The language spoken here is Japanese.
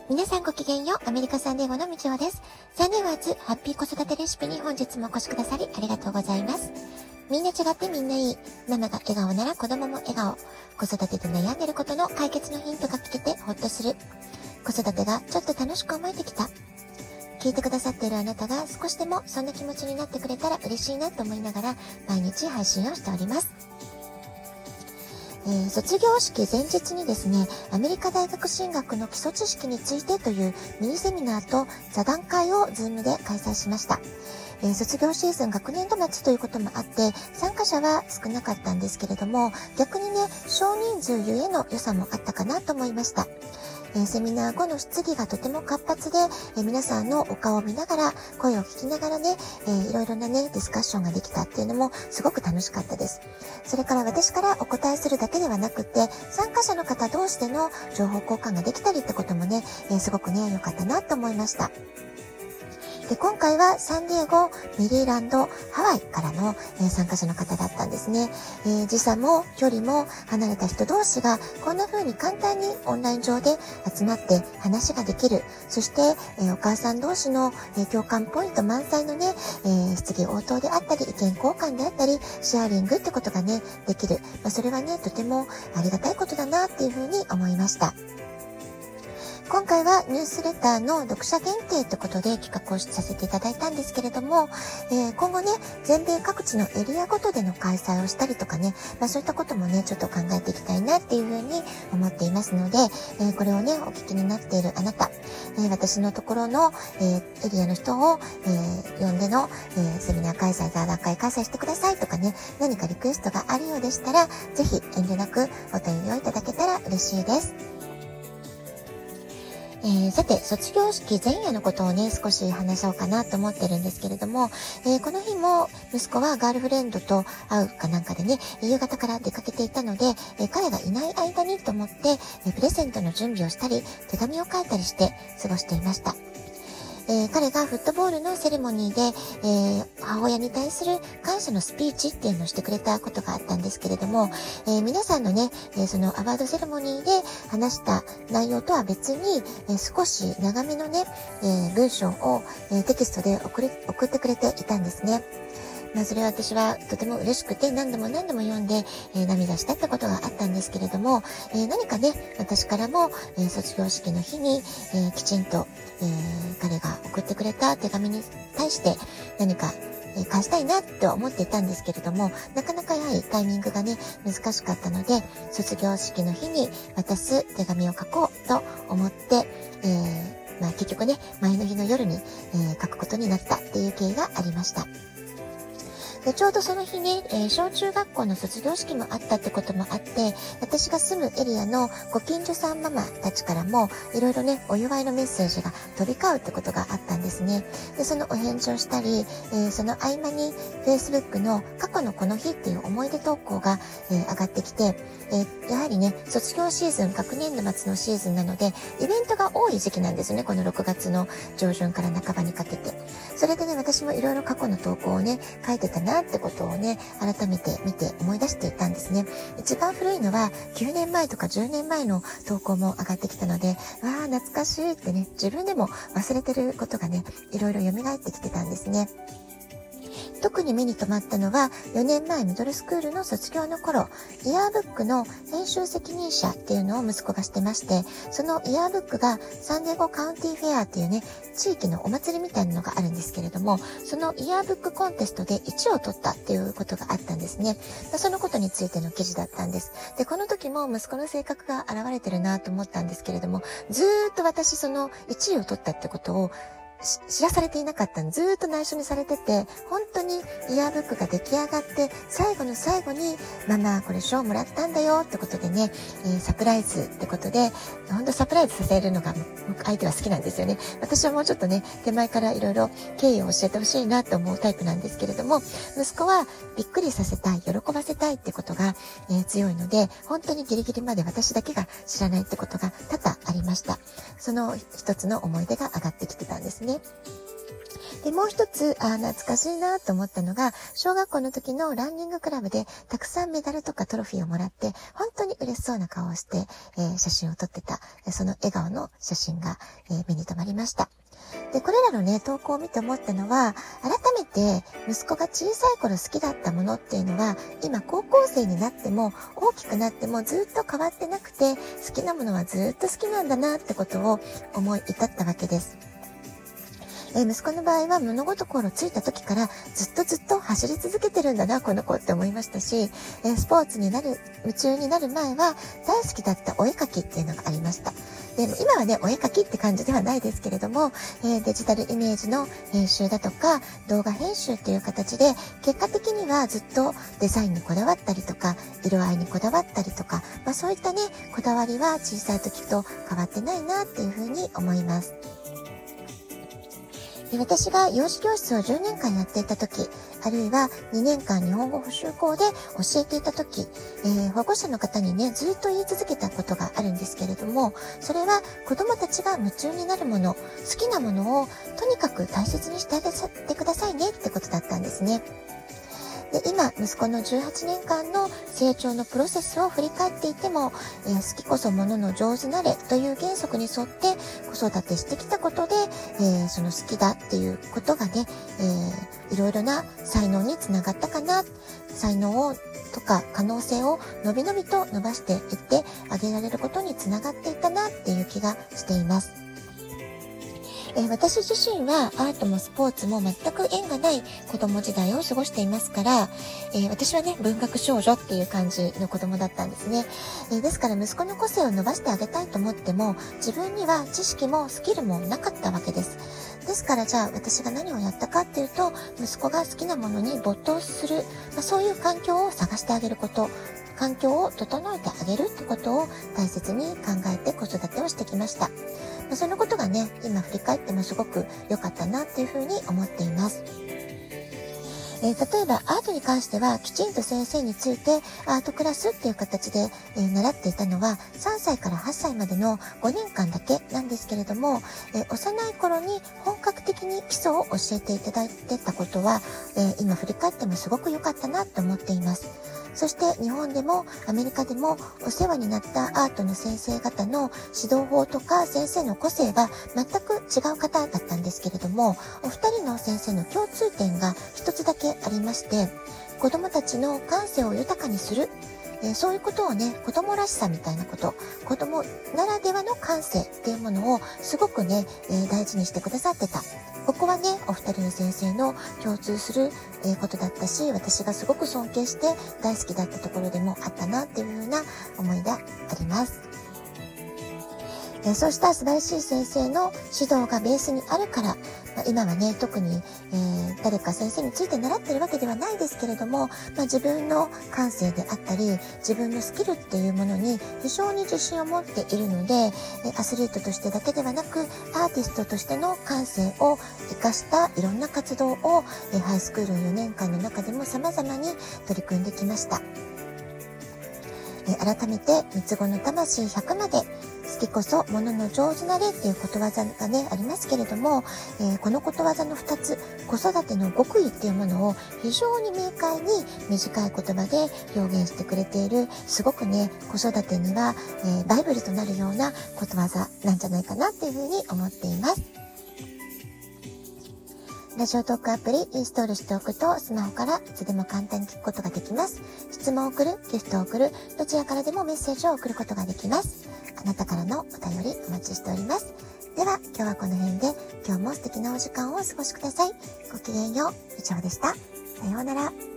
皆さんごきげんよう。アメリカサンデーゴのみちおです。サンデーワーズハッピー子育てレシピに本日もお越しくださりありがとうございます。みんな違ってみんないい。ママが笑顔なら子供も笑顔。子育てで悩んでることの解決のヒントが聞けてほっとする。子育てがちょっと楽しく思えてきた。聞いてくださっているあなたが少しでもそんな気持ちになってくれたら嬉しいなと思いながら毎日配信をしております。卒業式前日にですね、アメリカ大学進学の基礎知識についてというミニセミナーと座談会を Zoom で開催しました。卒業シーズン学年度末ということもあって参加者は少なかったんですけれども、逆にね、少人数ゆえの良さもあったかなと思いました。セミナー後の質疑がとても活発で、皆さんのお顔を見ながら声を聞きながらね、いろいろなねディスカッションができたっていうのもすごく楽しかったです。それから私からお答えするだけではなくて、参加者の方同士での情報交換ができたりってこともね、すごくね良かったなと思いました。で、今回はサンディエゴ、メリーランド、ハワイからの、参加者の方だったんですね。時差も距離も離れた人同士がこんな風に簡単にオンライン上で集まって話ができる。そして、お母さん同士の、共感ポイント満載のね、質疑応答であったり、意見交換であったり、シェアリングってことがね、できる。それはね、とてもありがたいことだなっていう風に思いました。今回はニュースレターの読者限定ということで企画をさせていただいたんですけれども、今後ね、全米各地のエリアごとでの開催をしたりとかね、そういったこともね、ちょっと考えていきたいなっていうふうに思っていますので、これをね、お聞きになっているあなた、私のところの、エリアの人を、呼んでの、セミナー開催、座談会開催してくださいとかね、何かリクエストがあるようでしたら、ぜひ遠慮なくお問いをいただけたら嬉しいです。さて、卒業式前夜のことをね、少し話そうかなと思ってるんですけれども、この日も息子はガールフレンドと会うかなんかでね、夕方から出かけていたので、彼がいない間にと思って、プレゼントの準備をしたり、手紙を書いたりして過ごしていました。彼がフットボールのセレモニーで、母親に対する感謝のスピーチっていうのをしてくれたことがあったんですけれども、皆さんのね、そのアワードセレモニーで話した内容とは別に、少し長めのね、文章を、テキストで送ってくれていたんですね。それは私はとても嬉しくて何度も読んで、涙したってことがあったんですけれども、何かね、私からも、卒業式の日に、きちんと、彼が送ってくれた手紙に対して何か、返したいなって思っていたんですけれども、なかなかやはりタイミングがね、難しかったので、卒業式の日に渡す手紙を書こうと思って、結局ね、前の日の夜に、書くことになったっていう経緯がありました。で、ちょうどその日に、小中学校の卒業式もあったってこともあって、私が住むエリアのご近所さんママたちからもいろいろね、お祝いのメッセージが飛び交うってことがあったんですね。で、そのお返事をしたり、その合間に Facebook の過去のこの日っていう思い出投稿が、上がってきて、やはりね、卒業シーズン、学年度末のシーズンなので、イベントが多い時期なんですね。この6月の上旬から半ばにかけて。それでね、私もいろいろ過去の投稿をね、書いてたなってことをね、改めて見て思い出していたんですね。一番古いのは9年前とか10年前の投稿も上がってきたので、わー懐かしいってね、自分でも忘れてることがね、いろいろ蘇ってきてたんですね。特に目に留まったのは4年前ミドルスクールの卒業の頃、イヤーブックの編集責任者っていうのを息子がしてまして、そのイヤーブックがサンディエゴカウンティフェアっていうね、地域のお祭りみたいなのがあるんですけれども、そのイヤーブックコンテストで1位を取ったっていうことがあったんですね。そのことについての記事だったんです。で、この時も息子の性格が現れてるなと思ったんですけれども、ずーっと私その1位を取ったってことを知らされていなかったの。ずーっと内緒にされてて、本当にイヤーブックが出来上がって、最後の最後に、ママ、これ賞もらったんだよってことでね、サプライズってことで、本当サプライズさせるのが相手は好きなんですよね。私はもうちょっとね、手前からいろいろ経緯を教えてほしいなと思うタイプなんですけれども、息子はびっくりさせたい、喜ばせたいってことが、強いので、本当にギリギリまで私だけが知らないってことが多々ありました。その一つの思い出が上がってきてたんですね。 で、もう一つ、懐かしいなと思ったのが、小学校の時のランニングクラブでたくさんメダルとかトロフィーをもらって、本当に嬉しそうな顔をして、写真を撮ってた、その笑顔の写真が、目に留まりました。で、これらのね、投稿を見て思ったのは、改めて息子が小さい頃好きだったものっていうのは、今高校生になっても、大きくなってもずっと変わってなくて、好きなものはずっと好きなんだなってことを思い至ったわけです。息子の場合は物事心ついた時からずっと走り続けてるんだな、この子って思いましたし、スポーツに夢中になる前は大好きだったお絵描きっていうのがありました。で、今はね、お絵描きって感じではないですけれども、デジタルイメージの編集だとか動画編集っていう形で結果的にはずっとデザインにこだわったりとか色合いにこだわったりとか、そういったね、こだわりは小さい時と変わってないなっていうふうに思います。で、私が幼児教室を10年間やっていた時、あるいは2年間日本語補習校で教えていた時、保護者の方にね、ずっと言い続けたことがあるんですけれども、それは子供たちが夢中になるもの、好きなものをとにかく大切にしてあげてくださいねってことだったんですね。で、今、息子の18年間の成長のプロセスを振り返っていても、好きこそものの上手なれという原則に沿って子育てしてきたことで、その好きだっていうことがね、いろいろな才能につながったかな。才能とか可能性をのびのびと伸ばしていってあげられることにつながっていたなっていう気がしています。私自身はアートもスポーツも全く縁がない子供時代を過ごしていますから、私はね、文学少女っていう感じの子供だったんですね。ですから息子の個性を伸ばしてあげたいと思っても、自分には知識もスキルもなかったわけです。ですからじゃあ私が何をやったかっていうと、息子が好きなものに没頭する、そういう環境を探してあげること、環境を整えてあげるってことを大切に考えて子育てをしてきました。そのことがね、今振り返ってもすごく良かったなっていうふうに思っています。例えばアートに関してはきちんと先生についてアートクラスっていう形で、習っていたのは3歳から8歳までの5年間だけなんですけれども、幼い頃に本格的に基礎を教えていただいてたことは、今振り返ってもすごく良かったなと思っています。そして日本でもアメリカでもお世話になったアートの先生方の指導法とか先生の個性は全く違う方だったんですけれども、お二人の先生の共通点が一つだけありまして、子供たちの感性を豊かにする、そういうことをね、子供らしさみたいなこと、子供ならではの感性っていうものをすごくね、大事にしてくださってた。ここはね、お二人の先生の共通することだったし、私がすごく尊敬して大好きだったところでもあったなっていうふうな思いがあります。そうした素晴らしい先生の指導がベースにあるから、今はね、特に、誰か先生について習ってるわけではないですけれども、自分の感性であったり、自分のスキルっていうものに非常に自信を持っているので、アスリートとしてだけではなく、アーティストとしての感性を生かしたいろんな活動を、ハイスクール4年間の中でも様々に取り組んできました。改めて三つ子の魂100まで好きこそものの上手なれっていうことわざがねありますけれども、このことわざの2つ、子育ての極意っていうものを非常に明快に短い言葉で表現してくれている、すごくね子育てには、バイブルとなるようなことわざなんじゃないかなっていうふうに思っています。ラジオトークアプリインストールしておくとスマホからいつでも簡単に聞くことができます。質問を送る、ギフトを送る、どちらからでもメッセージを送ることができます。あなたからのお便りお待ちしております。では今日はこの辺で、今日も素敵なお時間をお過ごしください。ごきげんよう。以上でした。さようなら。